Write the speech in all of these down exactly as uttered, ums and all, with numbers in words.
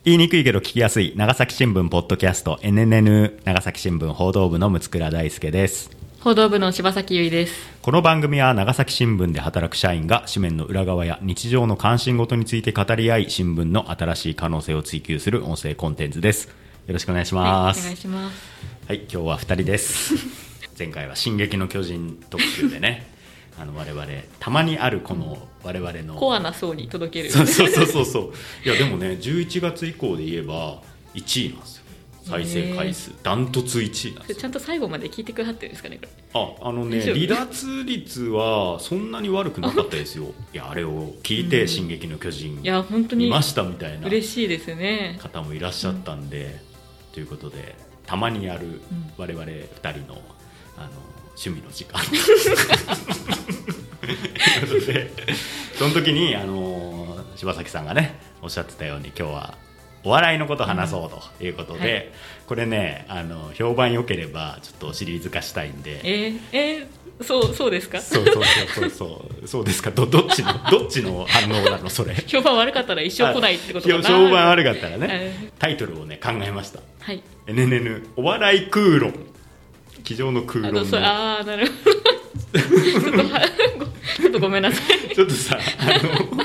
言いにくいけど聞きやすい長崎新聞ポッドキャスト エヌエヌエヌ 長崎新聞報道部の六倉大輔です。 報道部の柴崎優衣です。 この番組は長崎新聞で働く社員が紙面の裏側や日常の関心事について語り合い、新聞の新しい可能性を追求する音声コンテンツです。よろしくお願いします。 はい、お願いします。 はい、今日はふたりです前回は進撃の巨人特集でねあの我々たまにあるこの我々のコアな層に届けるそうそうそうそうそういやでもねじゅういちがつ以降で言えばいちいなんですよ。再生回数ダントツいちいなんですよ。 ちゃんと最後まで聞いてくださってるんですかねこれ。 ああのね離脱率はそんなに悪くなかったですよいやあれを聞いて進撃の巨人いや本当に見ましたみたいな嬉しいですね方もいらっしゃったんで、うん、ということでたまにある我々ふたりの、あの趣味の時間ということでその時にあの柴崎さんがねおっしゃってたように今日はお笑いのことを話そうということで、うんはい、これねあの評判良ければちょっとシリーズ化したいんでえー、えー、そうそうですかそうそうそうそうそうですか ど, どっちのどっちの反応なのそれ評判悪かったら一生来ないってことかな。 評判悪かったらねタイトルをね考えました、 はい、 エヌエヌエヌ お笑い空論机上の空論のああなるほどちょっとちょっとごめんなさいちょっとさあの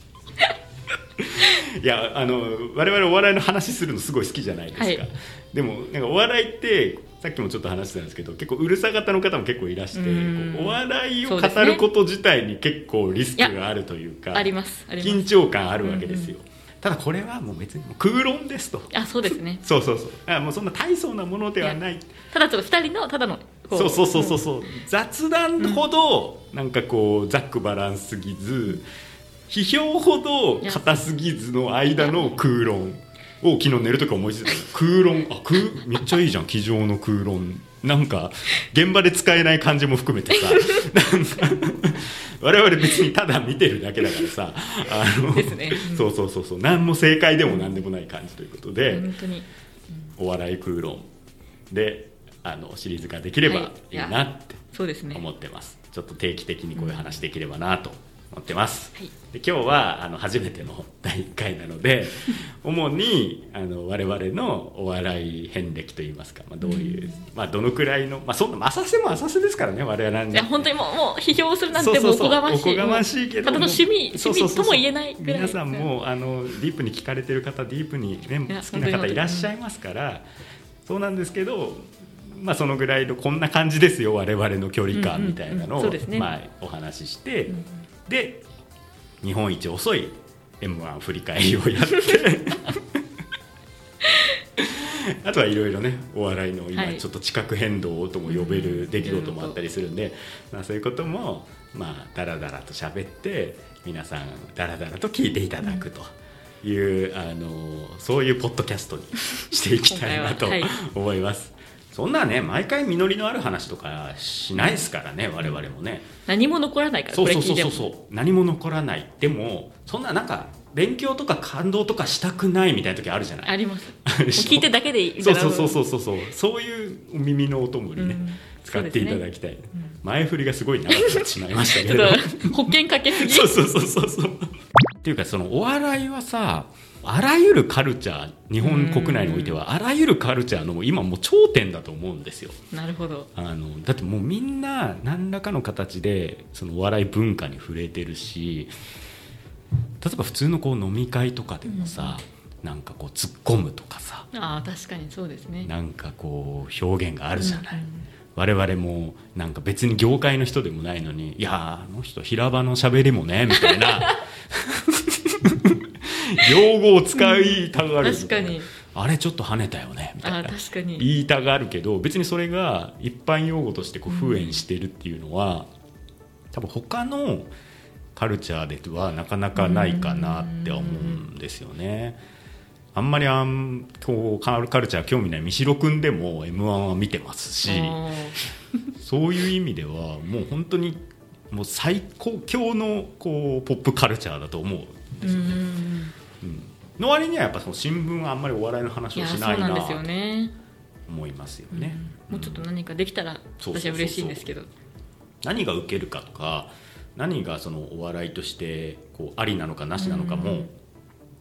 いやあの我々お笑いの話するのすごい好きじゃないですか、はい、でもなんかお笑いってさっきもちょっと話してたんですけど結構うるさ型の方も結構いらしてお笑いを語ること自体に結構リスクがあるというかありますあります緊張感あるわけですよ、うんうん、ただこれはもう別に空論ですと。 あそうですねそうそうそうあもうそんな大層なものではない。 ただちょっとふたりのただのそうそうそうそうそう、うん、雑談ほどなんかこうざっくばらんすぎず批評ほど硬すぎずの間の空論を昨日寝るとき思いついた空論あ空めっちゃいいじゃん机上の空論なんか現場で使えない感じも含めてさなんか我々別にただ見てるだけだからさあのですね、うん、 そうそうそうそう何も正解でも何でもない感じということで、 本当に、 うん、お笑い空論であのシリーズができればいいなって思ってます、はい、ちょっと定期的にこういう話できればなと思ってます、はい、で今日はあの初めてのだいいっかいなので主にあの我々のお笑い遍歴といいますか、まあ、どういう、うんまあ、どのくらいの、まあ、そんな浅瀬も浅瀬ですからね我々 いや本当にもう、もう批評するなんてもうおこがましい、 おこがましいけどただの趣味、趣味とも言えないぐらい皆さんもあのディープに聞かれてる方ディープに、ね、好きな方いらっしゃいますからそうなんですけどまあ、そのぐらいのこんな感じですよ我々の距離感みたいなのを、うんうんうんねまあ、お話しして、うんうん、で日本一遅い エムワン 振り返りをやってあとはいろいろねお笑いの今ちょっと地殻変動とも呼べる出来事もあったりするんで、はいまあ、そういうこともまあダラダラと喋って皆さんダラダラと聞いていただくという、うん、あのそういうポッドキャストにしていきたいなと思います、はいそんなね毎回実りのある話とかしないですからね、うん、我々もね何も残らないからそうそうそうそうそう何も残らないでもそんななんか勉強とか感動とかしたくないみたいな時あるじゃないあります聞いてだけでいいそうそうそうそうそうそうそういう耳のお供にね、うん、使っていただきたい、ねうん、前振りがすごい長くなってしまいましたけど保険かけすぎそうそうそうそうそうっていうかそのお笑いはさあらゆるカルチャー日本国内においてはあらゆるカルチャーの今もう頂点だと思うんですよ。 なるほどあのだってもうみんな何らかの形でそのお笑い文化に触れてるし例えば普通のこう飲み会とかでもさ、うん、なんかこう突っ込むとかさあ確かにそうですねなんかこう表現があるじゃない、うんうん、我々もなんか別に業界の人でもないのにいやあの人平場の喋りもねみたいな用語を使いたがる、 うん、確かにあれちょっと跳ねたよねみたいなあ確かに言いたがるけど別にそれが一般用語としてこう敷衍してるっていうのは、うん、多分他のカルチャーではなかなかないかなって思うんですよね。あんまりあんこうカルチャー興味ない三代くんでも エムワン は見てますしそういう意味ではもう本当にもう最高級のこうポップカルチャーだと思うんですよね。うん、の割にはやっぱその新聞はあんまりお笑いの話をしないなと思いますよね。 もうちょっと何かできたら私は嬉しいんですけど、 何がウケるかとか何がそのお笑いとしてこうありなのかなしなのかも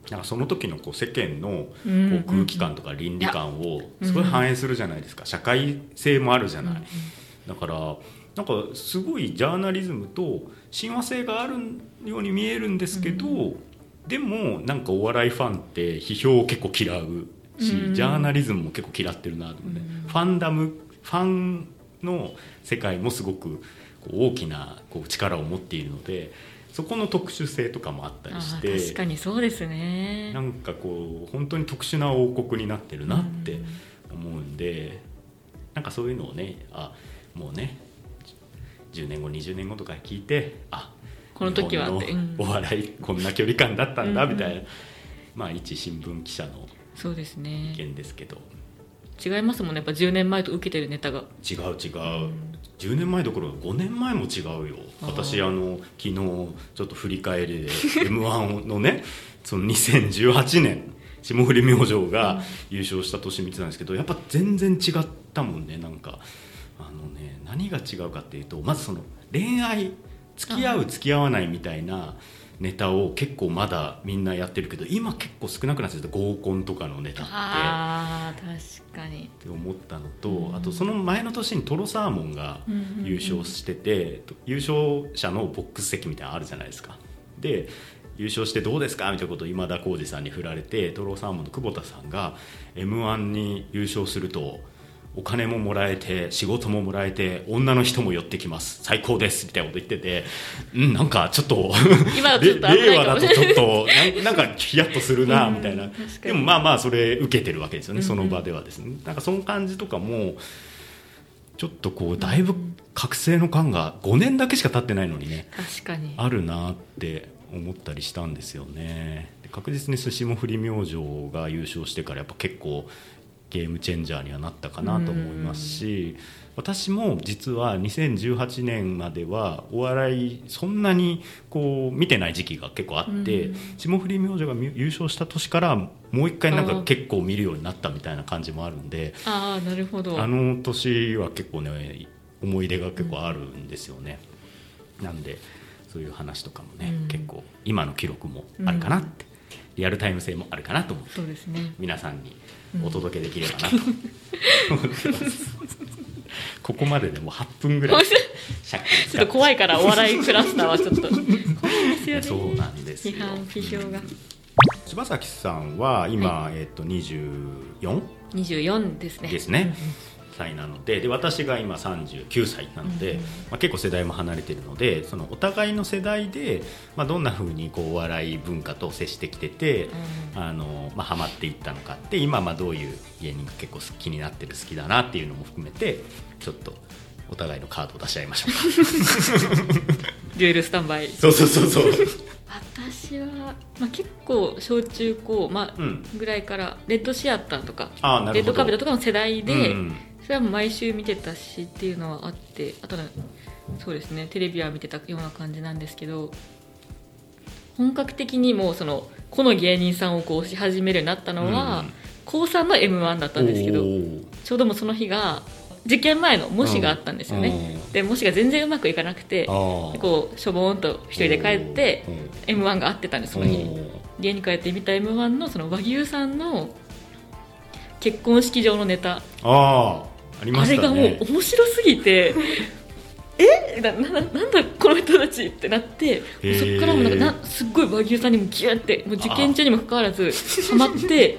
なんかその時のこう世間のこうんう空気感とか倫理観をすごい反映するじゃないですか。社会性もあるじゃない。だからなんかすごいジャーナリズムと親和性があるように見えるんですけど、うん、でもなんかお笑いファンって批評を結構嫌うし、うん、ジャーナリズムも結構嫌ってるなと思って、うん、ファンダムファンの世界もすごくこう大きなこう力を持っているので、そこの特殊性とかもあったりして、 確かにそうですね。 なんかこう本当に特殊な王国になってるなって思うんで、なんかそういうのをね、あもうねじゅうねんごにじゅうねんごとか聞いて、あこの時は日本のお笑いこんな距離感だったんだみたいな、うんうん、まあ一新聞記者の意見ですけど、 違いますもんね、やっぱじゅうねんまえと受けてるネタが違う違う、うん、じゅうねんまえどころかごねんまえも違うよ。私あの昨日ちょっと振り返りでエムワン のねそのにせんじゅうはちねん霜降り明星が優勝した年見てたんですけど、やっぱ全然違ったもんね。なんかあのね、何が違うかっていうと、まずその恋愛付き合う付き合わないみたいなネタを結構まだみんなやってるけど、今結構少なくなってきた合コンとかのネタって、 あ確かにって思ったのと、うん、あとその前の年にトロサーモンが優勝してて、うんうんうん、優勝者のボックス席みたいなのあるじゃないですか。で優勝してどうですかみたいなことを今田耕司さんに振られて、トロサーモンの久保田さんが エムワン に優勝するとお金ももらえて仕事ももらえて女の人も寄ってきます最高ですみたいなこと言ってて、うん、なんかちょっと今ちょっと令和だとちょっとな, なんかヒヤッとするなみたいな、うん、でもまあまあそれ受けてるわけですよね、その場ではですね。なんかその感じとかもちょっとこうだいぶ覚醒の感がごねんだけしか経ってないのにね、 確かにあるなって思ったりしたんですよね。で確実に霜降り明星が優勝してからやっぱ結構ゲームチェンジャーにはなったかなと思いますし、私も実はにせんじゅうはちねんまではお笑いそんなにこう見てない時期が結構あって、霜降り明星が優勝した年からもう一回なんか結構見るようになったみたいな感じもあるんで、 ああなるほど、 あの年は結構ね思い出が結構あるんですよね、うん、なんでそういう話とかもね、うん、結構今の記録もあるかなって、うん、リアルタイム性もあるかなと思って、 そうですね、 皆さんにお届けできればなと思ってます、うん、ここまででもうはっぷんぐらいちょっと怖いからお笑いクラスターはちょっと怖いですよね。 そうなんですよ。 批判批評が。 柴崎さんは今、はい、えー、とにじゅうよん? にじゅうよんですね。 ですね、歳なの で, で私が今さんじゅうきゅうさいなので、うんうん、まあ、結構世代も離れているので、そのお互いの世代で、まあ、どんな風にこうお笑い文化と接してきてて、うん、あのまあ、ハマっていったのかって、今まあどういう芸人が結構好きになってる好きだなっていうのも含めて、ちょっとお互いのカードを出し合いましょうかデュエルスタンバイ。 そうそうそうそう私は、まあ、結構小中高、まあうん、ぐらいからレッドシアターとかレッドカーペットとかの世代で、うんうん、それはもう毎週見てたしっていうのはあって、あとはそうですね、テレビは見てたような感じなんですけど、本格的にもうそのこの芸人さんをこう推し始めるようになったのは、うん、こうさんの エムワン だったんですけど、ちょうどもうその日が受験前の模試があったんですよね、うん、で模試が全然うまくいかなくて、こうしょぼーんと一人で帰って エムワン が合ってたんです。その日に家に帰って見た エムワン の, その和牛さんの結婚式場のネタ、 あ, あ, りましたね、 あれがもう面白すぎてえ な, な, なんだこの人たちってなって、そこからもなんかなすっごい和牛さんにもギューってもう受験中にもかかわらずハマってで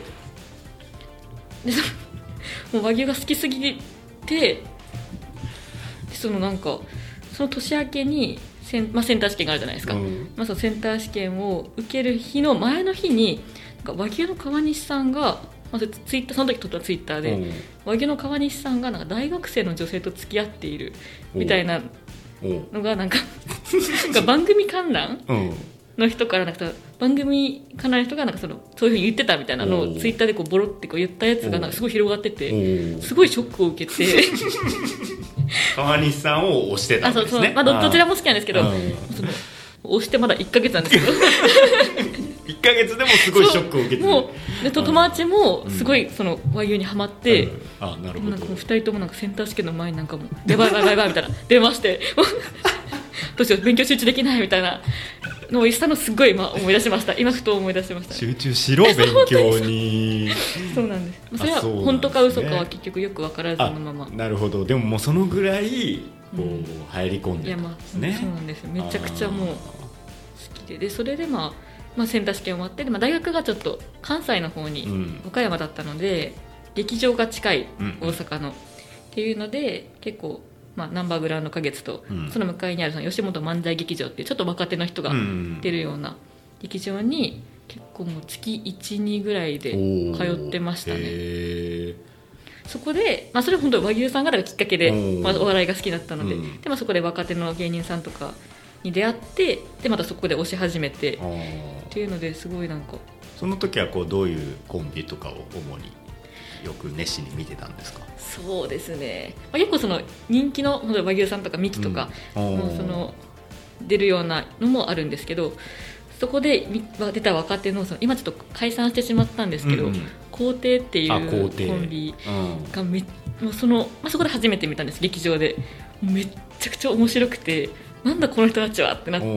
もう和牛が好きすぎて、でそのなんかその年明けにセン、まあ、センター試験があるじゃないですか、うんまあ、そのセンター試験を受ける日の前の日になんか和牛の川西さんが、まあ、ツイッターその時撮ったツイッターで、うん、和牛の川西さんがなんか大学生の女性と付き合っているみたいなのがなんか番組観覧の人からなんか番組観覧の人がなんかそのそういう風に言ってたみたいなのをツイッターでこうボロってこう言ったやつがなんかすごい広がってて、すごいショックを受けて川西さんを推してたんですね。あ、そうそう、まあ、 ど, どちらも好きなんですけど、その推してまだいっかげつなんですけどいっかげつでもすごいショックを受けてる。 もうで友達もすごいその和牛にハマって、 うん、あなるほど。 なんかもうふたりともなんかセンター試験の前になんかもうやばいやばいやばいみたいな電話してどうしよう勉強集中できないみたいなの美味しさのすごい今思い出しました。今ふと思い出しました、ね、 集中しろ勉強にそうなんです。それは本当か嘘かは結局よく分からずのまま。 なるほど。でももうそのぐらいこう、うん、入り込んでたんですね。いや、まあ、 そうなんです。めちゃくちゃもう好きで、でそれで、まあ、まあセンター試験終わって、で、まあ、大学がちょっと関西の方に、うん、岡山だったので劇場が近い大阪の、うん、っていうので結構、まあ、ナンバーグラウンド花月と、うん、その向かいにあるその吉本漫才劇場っていうちょっと若手の人が出るような劇場に結構もう月いち、にぐらいで通ってましたね。そこで、まあ、それは本当和牛さんがきっかけで、まあ、お笑いが好きだったので、うん、でまあ、そこで若手の芸人さんとかに出会って、でまたそこで推し始めてっていうのですごいなんか。 その時はこうどういうコンビとかを主によく熱心に見てたんですか？ そうですね、まあ、結構その人気の和牛さんとかミキとか、うん、もうその出るようなのもあるんですけど、そこで出た若手 の, その今ちょっと解散してしまったんですけど、うんうん、皇帝っていうコンビがめ、うん、もうその、まあ、そこで初めて見たんです、劇場で。めっちゃくちゃ面白くて、なんだこの人たちはってなって、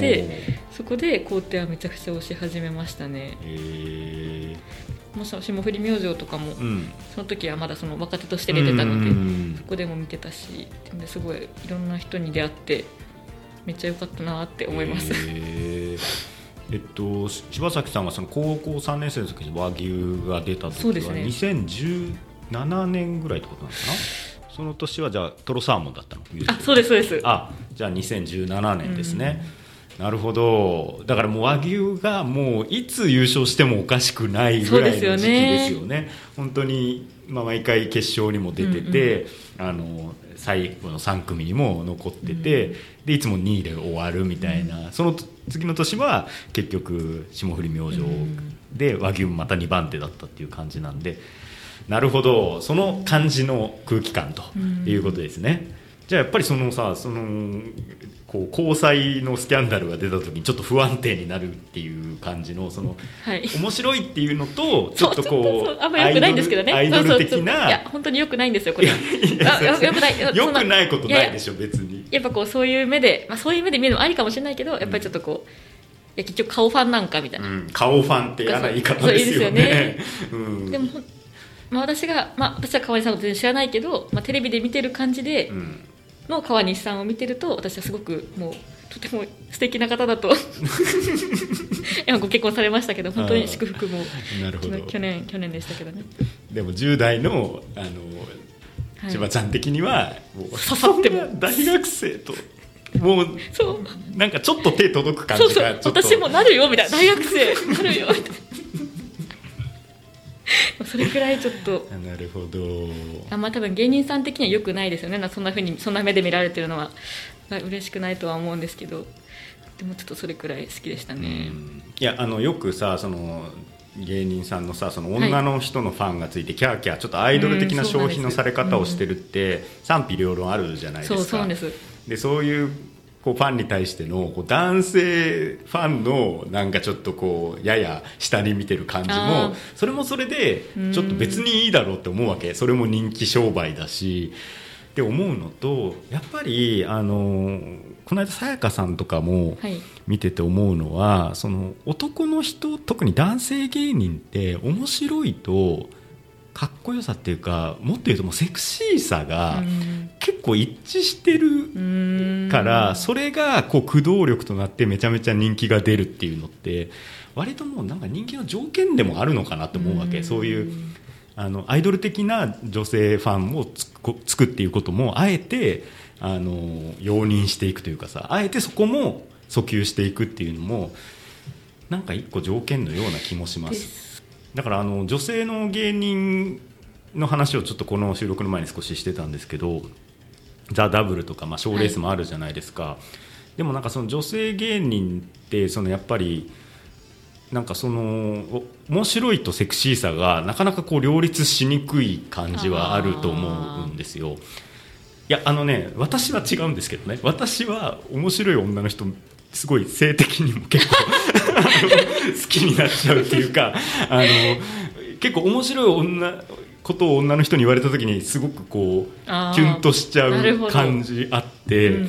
そこで皇帝はめちゃくちゃ推し始めましたね。へー、もう霜降り明星とかも、うん、その時はまだその若手として出てたので、そこでも見てたし、すごいいろんな人に出会ってめっちゃ良かったなって思います。 えっと、柴崎さんはその高校さんねん生の時に和牛が出た時はにせんじゅうななねんぐらいってことなのかな。その年はじゃあトロサーモンだったの？ あ、そうですそうです。 あ、じゃあにせんじゅうななねんですね。なるほど。だからもう和牛がもういつ優勝してもおかしくないぐらいの時期ですよね。本当に、まあ、毎回決勝にも出てて、うんうん、あの最後のさん組にも残ってて、うん、でいつもにいで終わるみたいな、うん、その次の年は結局霜降り明星で和牛またにばん手だったっていう感じなんで、なるほど、その感じの空気感ということですね。うん、じゃあやっぱりそのさ、そのこう交際のスキャンダルが出た時にちょっと不安定になるっていう感じの、その、はい、面白いっていうのとちょっとこうあんま良くないんですけどね、 アイドル的な、 いや本当に良くないんですよこれ。良くない良くないことないでしょ別に。 やっぱこうそういう目で、まあ、そういう目で見るのもありかもしれないけど、やっぱりちょっとこう、いや結局顔ファンなんかみたいな、うん、 顔ファンって嫌な言い方ですよね。 うん、でも、まあ、私が、まあ、私は川西さんのこと全然知らないけど、まあ、テレビで見てる感じでの川西さんを見てると、私はすごくもうとても素敵な方だと今ご結婚されましたけど、本当に祝福もなるほど去年去年でしたけどね。 でもじゅう代のあの、はい、千葉ちゃん的にはもう刺さっても大学生ともうそうなんかちょっと手届く感じが、そうそう、 私もなるよみたいな、大学生なるよみたいなそれくらいちょっとなるほど。 あんま多分芸人さん的には良くないですよね、そんな風にそんな目で見られてるのは嬉しくないとは思うんですけど、でもちょっとそれくらい好きでしたね。 うん、いやあのよくさ、その芸人さんのさ、その女の人のファンがついてキャーキャーちょっとアイドル的な消費のされ方をしてるって賛否両論あるじゃないですか。 そうそうなんです。 でそういうこうファンに対してのこう男性ファンのなんかちょっとこうやや下に見てる感じも、それもそれでちょっと別にいいだろうって思うわけ。それも人気商売だしって思うのと、やっぱりあのこの間さやかさんとかも見てて思うのは、はい、その男の人、特に男性芸人って面白いとかっこよさっていうか、もっと言うともうセクシーさが結構一致してるから、それがこう駆動力となってめちゃめちゃ人気が出るっていうのって割ともうなんか人気の条件でもあるのかなと思うわけ。そういうあのアイドル的な女性ファンをつく、つくっていうこともあえてあの容認していくというかさ、あえてそこも訴求していくっていうのもなんか一個条件のような気もします。だからあの女性の芸人の話をちょっとこの収録の前に少ししてたんですけど、ザ・ダブルとかまあ賞レースもあるじゃないですか、はい、でもなんかその女性芸人ってそのやっぱりなんかその面白いとセクシーさがなかなかこう両立しにくい感じはあると思うんですよ。いやあのね、私は違うんですけどね、私は面白い女の人すごい性的にも結構好きになっちゃうっていうか、あの結構面白い女ことを女の人に言われた時にすごくこうキュンとしちゃう感じあって、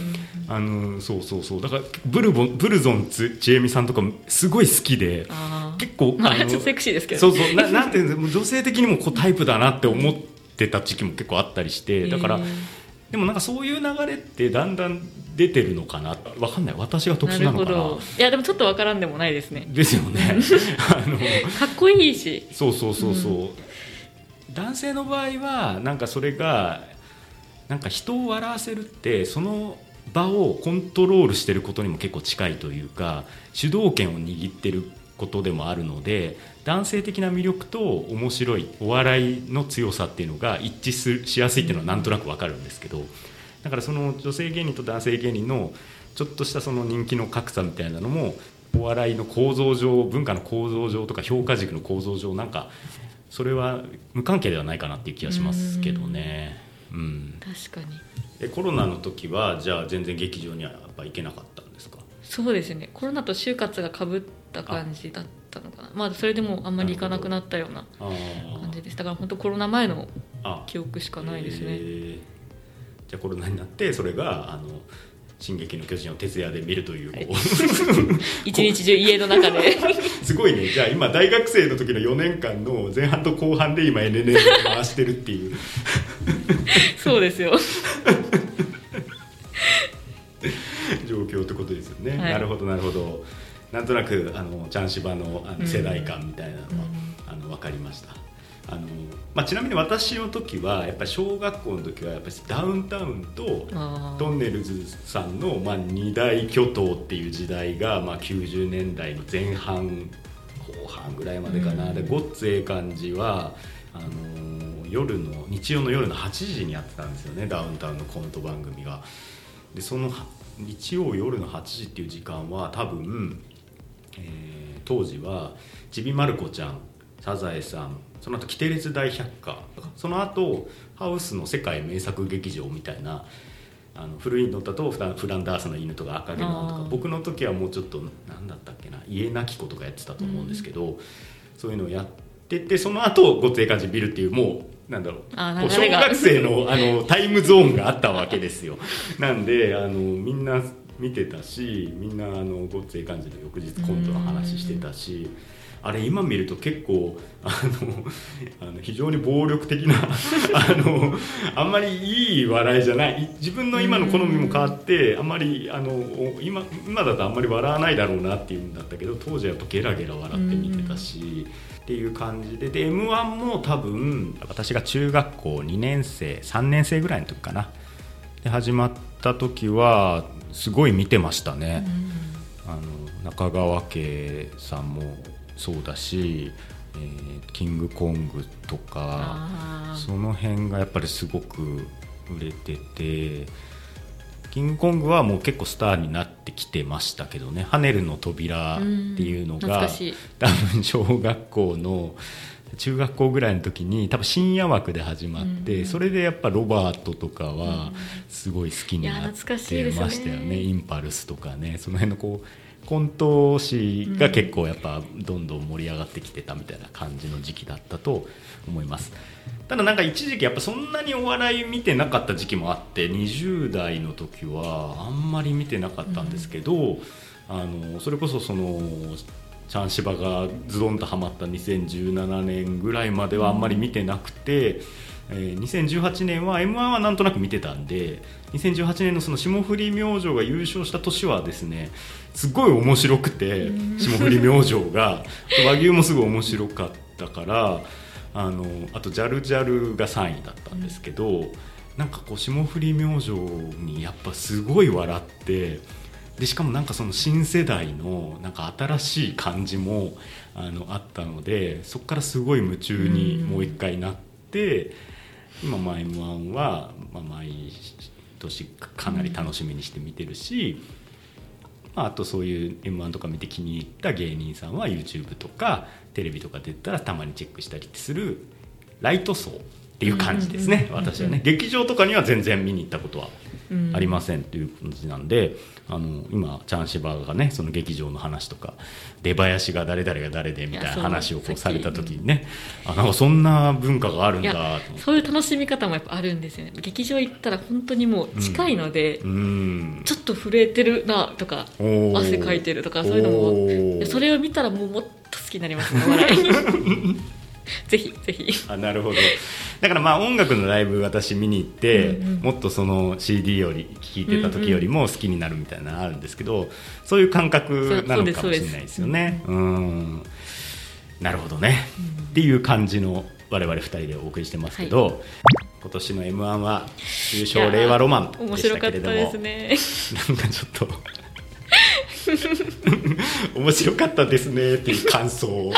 あのそうそうそうだからブルボンブルゾンつちえみさんとかすごい好きで、結構まあ、ちょっとセクシーですけど、 そうそう な, なんていうの女性的にもこうタイプだなって思ってた時期も結構あったりして、だから、えー、でもなんかそういう流れってだんだん出てるのかな、分かんない、私が特殊なのか な, なるほど。 いやでもちょっと分からんでもないですね。 ですよねあのかっこいいし、 そうそうそうそう、うん、男性の場合はなんかそれがなんか人を笑わせるってその場をコントロールしてることにも結構近いというか、主導権を握ってることでもあるので、男性的な魅力と面白いお笑いの強さっていうのが一致すしやすいっていうのはなんとなく分かるんですけど、だからその女性芸人と男性芸人のちょっとしたその人気の格差みたいなのもお笑いの構造上、文化の構造上とか評価軸の構造上、なんかそれは無関係ではないかなっていう気がしますけどね。うん、 確かに。 でコロナの時はじゃあ全然劇場にはやっぱ行けなかったんですか？ そうですね、コロナと就活が被った感じだったのかな。まあ、それでもあんまり行かなくなったような感じです。だから本当コロナ前の記憶しかないですね。 えー、じゃあコロナになってそれがあの進撃の巨人を徹夜で見るという、はい、 一日中家の中ですごいね。じゃあ今大学生の時のよねんかんの前半と後半で今 エヌエヌエヌ 回してるっていうそうですよ状況ってことですよね、 はい、 なるほどなるほど。なんとなくあのチャンシバ の, あの世代感みたいなのは、うん、あの分かりました。あのまあ、ちなみに私の時はやっぱり小学校の時はやっぱりダウンタウンとトンネルズさんのまあ二大巨頭っていう時代がまあきゅうじゅうねんだいの前半後半ぐらいまでかな、うん、でごっつええ感じはあの夜の日曜の夜のはちじにやってたんですよね、ダウンタウンのコント番組が。でその日曜夜のはちじっていう時間は多分、えー、当時はちびまる子ちゃん、サザエさん、その後キテレツ大百科、その後ハウスの世界名作劇場みたいな、あの古いのだとフランダースの犬とか赤毛のとか、僕の時はもうちょっと何だったっけな、家なき子とかやってたと思うんですけど、うん、そういうのをやってて、その後ごっつええ感じビルっていう、もうなんだろう、こう小学生 の, あのタイムゾーンがあったわけですよなんであのみんな見てたし、みんなあのごっつええ感じの翌日コントの話してたし、あれ今見ると結構あのあの非常に暴力的なあのあんまりいい笑いじゃない、自分の今の好みも変わってあんまりあの 今, 今だとあんまり笑わないだろうなっていうんだったけど、当時はやっぱゲラゲラ笑って見てたしっていう感じで、で エムワン も多分私が中学校にねんせいさんねんせいぐらいの時かなで始まった時はすごい見てましたね。あの中川家さんもそうだし、えー、キングコングとかその辺がやっぱりすごく売れてて、キングコングはもう結構スターになってきてましたけどね。ハネルの扉っていうのが多分小学校の中学校ぐらいの時に多分深夜枠で始まって、それでやっぱロバートとかはすごい好きになってましたよね。インパルスとかね、その辺のこうコント師が結構やっぱどんどん盛り上がってきてたみたいな感じの時期だったと思います。ただなんか一時期やっぱそんなにお笑い見てなかった時期もあって、にじゅう代の時はあんまり見てなかったんですけど、うん、あのそれこそそのチャンシバがズドンとハマったにせんじゅうななねんぐらいまではあんまり見てなくて、えー、にせんじゅうはちねんは エムワン はなんとなく見てたんで、にせんじゅうはちねんのその霜降り明星が優勝した年はですねすごい面白くて、霜降り明星が和牛もすごい面白かったから、あのあとジャルジャルがさんいだったんですけど、なんかこう霜降り明星にやっぱすごい笑って、でしかもなんかその新世代のなんか新しい感じも あのあったので、そこからすごい夢中にもう一回なって、今まあ エムワン はまあ毎年かなり楽しみにして見てるし、まあ、あとそういう エムワン とか見て気に入った芸人さんは YouTube とかテレビとか出たらたまにチェックしたりするライト層っていう感じですね、私はね。劇場とかには全然見に行ったことはありませんという感じなんで、あの今チャンシバがねその劇場の話とか出囃子が誰々が誰でみたいな話をこうされた時にね、あなんかそんな文化があるんだと思って、 そういう楽しみ方もやっぱあるんですよね。劇場行ったら本当にもう近いので、うん、ちょっと震えてるなとか汗かいてるとかそういうのも、それを見たらもうもっと好きになりますね、笑いぜひぜひ。 あ、なるほど。だからまあ音楽のライブ私見に行って、うんうん、もっとその シーディー より聴いてた時よりも好きになるみたいなのあるんですけど、うんうん、そういう感覚なのかもしれないですよね。うん、なるほどね、うん、っていう感じの我々ふたりでお送りしてますけど、はい、今年の エムワン は優勝令和ロマンでしたけれども、 面白かったですね。 なんかちょっと面白かったですねっていう感想を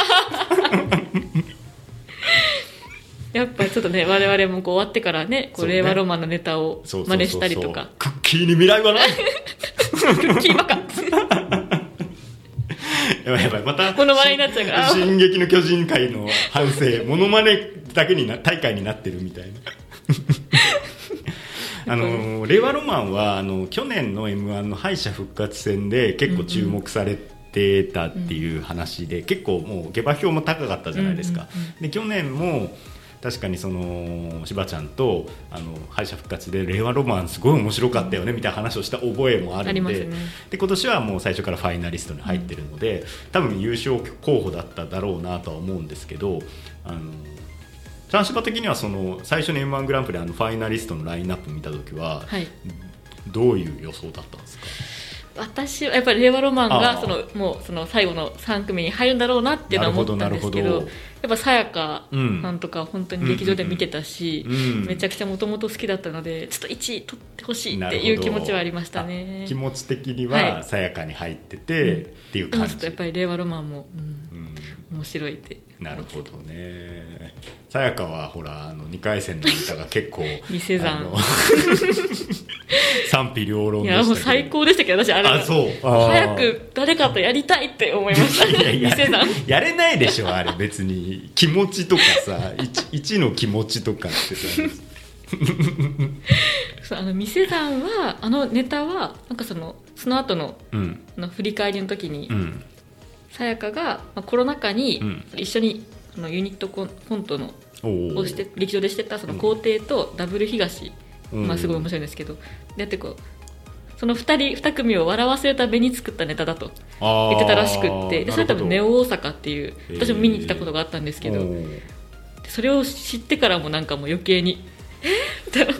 やっぱりちょっとね我々もこう終わってからねこう令和ロマンのネタを真似したりとか、 クッキーに未来はないクッキーバカやばいやばい、またモノマネになっちゃうから進撃の巨人会の反省モノマネだけにな大会になってるみたいなあの令和ロマンはあの去年の エムワン の敗者復活戦で結構注目されてたっていう話で、うんうん、結構もう下馬評も高かったじゃないですか、うんうんうん、で去年も確かにそのしばちゃんとあの敗者復活で令和ロマンすごい面白かったよねみたいな話をした覚えもあるん で, ね、 で今年はもう最初からファイナリストに入ってるので、うん、多分優勝候補だっただろうなとは思うんですけど、あのチャンシバ的にはその最初に エムワン グランプリあのファイナリストのラインナップ見たときは、はい、どういう予想だったんですか？ 私はやっぱり令和ロマンがそのもうその最後のさん組に入るんだろうなっていうのは思ったんですけ ど, どやっぱさやかさんとか本当に劇場で見てたし、うんうんうん、めちゃくちゃもともと好きだったのでちょっといちい取ってほしいっていう気持ちはありましたね。 気持ち的にはさやかに入ってて、はい、っていう感じ、 うん、やっぱり令和ロマンも、うんうん、面白いってなるほどね。さやかはほらあのにかい戦のネタが結構店山賛否両論でしたけど、いやもう最高でしたけど私あれあそうあ早く誰かとやりたいって思いました。いやいややれないでしょあれ別に気持ちとかさ 1, の気持ちとかってさそうあの店山はあのネタはなんかそのその後の、うん、の振り返りの時に、うんさやかが、まあ、コロナ禍に一緒に、うん、のユニットコンコントのをして劇場でしてたその皇帝とダブル東、うんまあ、すごい面白いんですけど、でやってこうそのふたりに組を笑わせるために作ったネタだと言ってたらしくって、でそれ多分ネオ大阪っていう私も見に来たことがあったんですけど、でそれを知ってからもなんかもう余計にえみたいな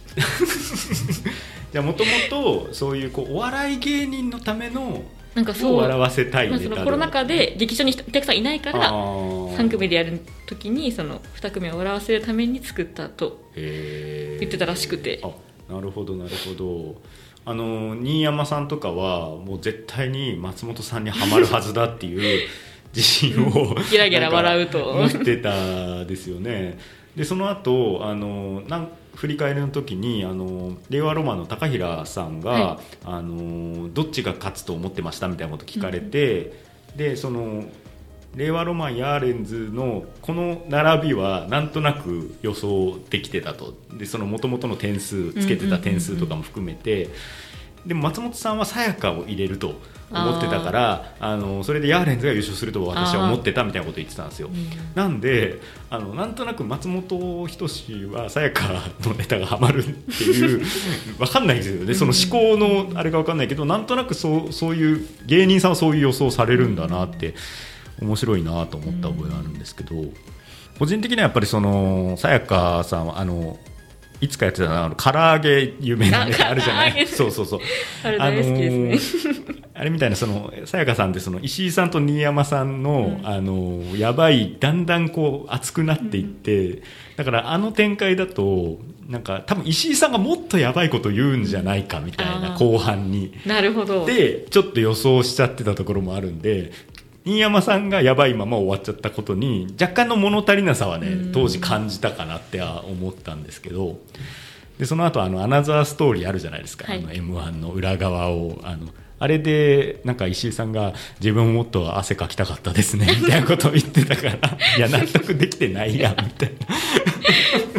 じゃあもともとそういう、こうお笑い芸人のためのなんかそう笑わせたいネタ、 まあ、そのコロナ禍で劇場にお客さんいないからさん組でやるときにそのに組を笑わせるために作ったと言ってたらしくて、 あなるほどなるほど。あの新山さんとかはもう絶対に松本さんにはまるはずだっていう自信をギラギラ笑うと持ってたですよね。でその後あのなん振り返りの時にあの令和ロマンの高平さんが、はい、あのどっちが勝つと思ってましたみたいなこと聞かれて、うん、でその令和ロマンヤーレンズのこの並びはなんとなく予想できてたと。でその元々の点数つけてた点数とかも含めて、でも松本さんはさやかを入れると思ってたから、あのそれでヤーレンズが優勝すると私は思ってたみたいなことを言ってたんですよ、うん、なんであのなんとなく松本人志はさやかのネタがハマるっていう分かんないですよね、その思考のあれが分かんないけど、なんとなくそう、そういう芸人さんはそういう予想されるんだなって面白いなと思った覚えがあるんですけど、個人的にはやっぱりそのさやかさんはあのいつかやってたあの唐揚げ有名なネタあるじゃない。そうそうそう、 あれ大好きですね。 あれみたいなそのさやかさんってその石井さんと新山さんの、うん、あのやばいだんだんこう熱くなっていって、うん、だからあの展開だとなんか多分石井さんがもっとやばいこと言うんじゃないかみたいな、後半になるほどでちょっと予想しちゃってたところもあるんで、新山さんがやばいまま終わっちゃったことに若干の物足りなさはね当時感じたかなって思ったんですけど、でその後あのアナザーストーリーあるじゃないですか、はい、あの エムワン の裏側をあのあれでなんか石井さんが自分ももっと汗かきたかったですねみたいなことを言ってたからいや納得できてないやんみたいな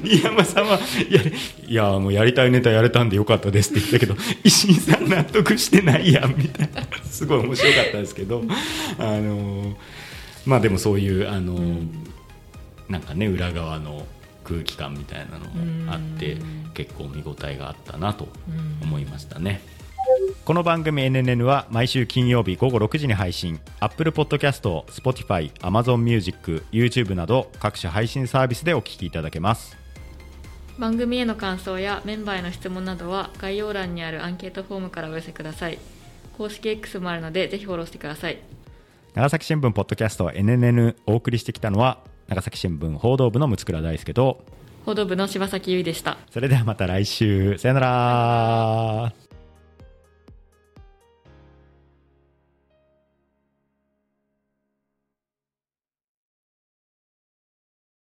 飯山さんはやいやもうやりたいネタやれたんでよかったですって言ったけど石井さん納得してないやんみたいなすごい面白かったですけどあのまあでもそういうあの、うん、なんかね裏側の空気感みたいなのもあって結構見応えがあったなと思いましたね。この番組 エヌエヌエヌ は毎週金曜日午後ろくじに配信。 Apple Podcast、Spotify、Amazon Music、YouTube など各種配信サービスでお聞きいただけます。 番組への感想やメンバーへの質問などは概要欄にあるアンケートフォームからお寄せください。公式 X もあるのでぜひフォローしてください。 長崎新聞ポッドキャスト エヌエヌエヌ お送りしてきたのは長崎新聞報道部の六倉大輔と報道部の柴崎優衣でした。 それではまた来週、さよなら。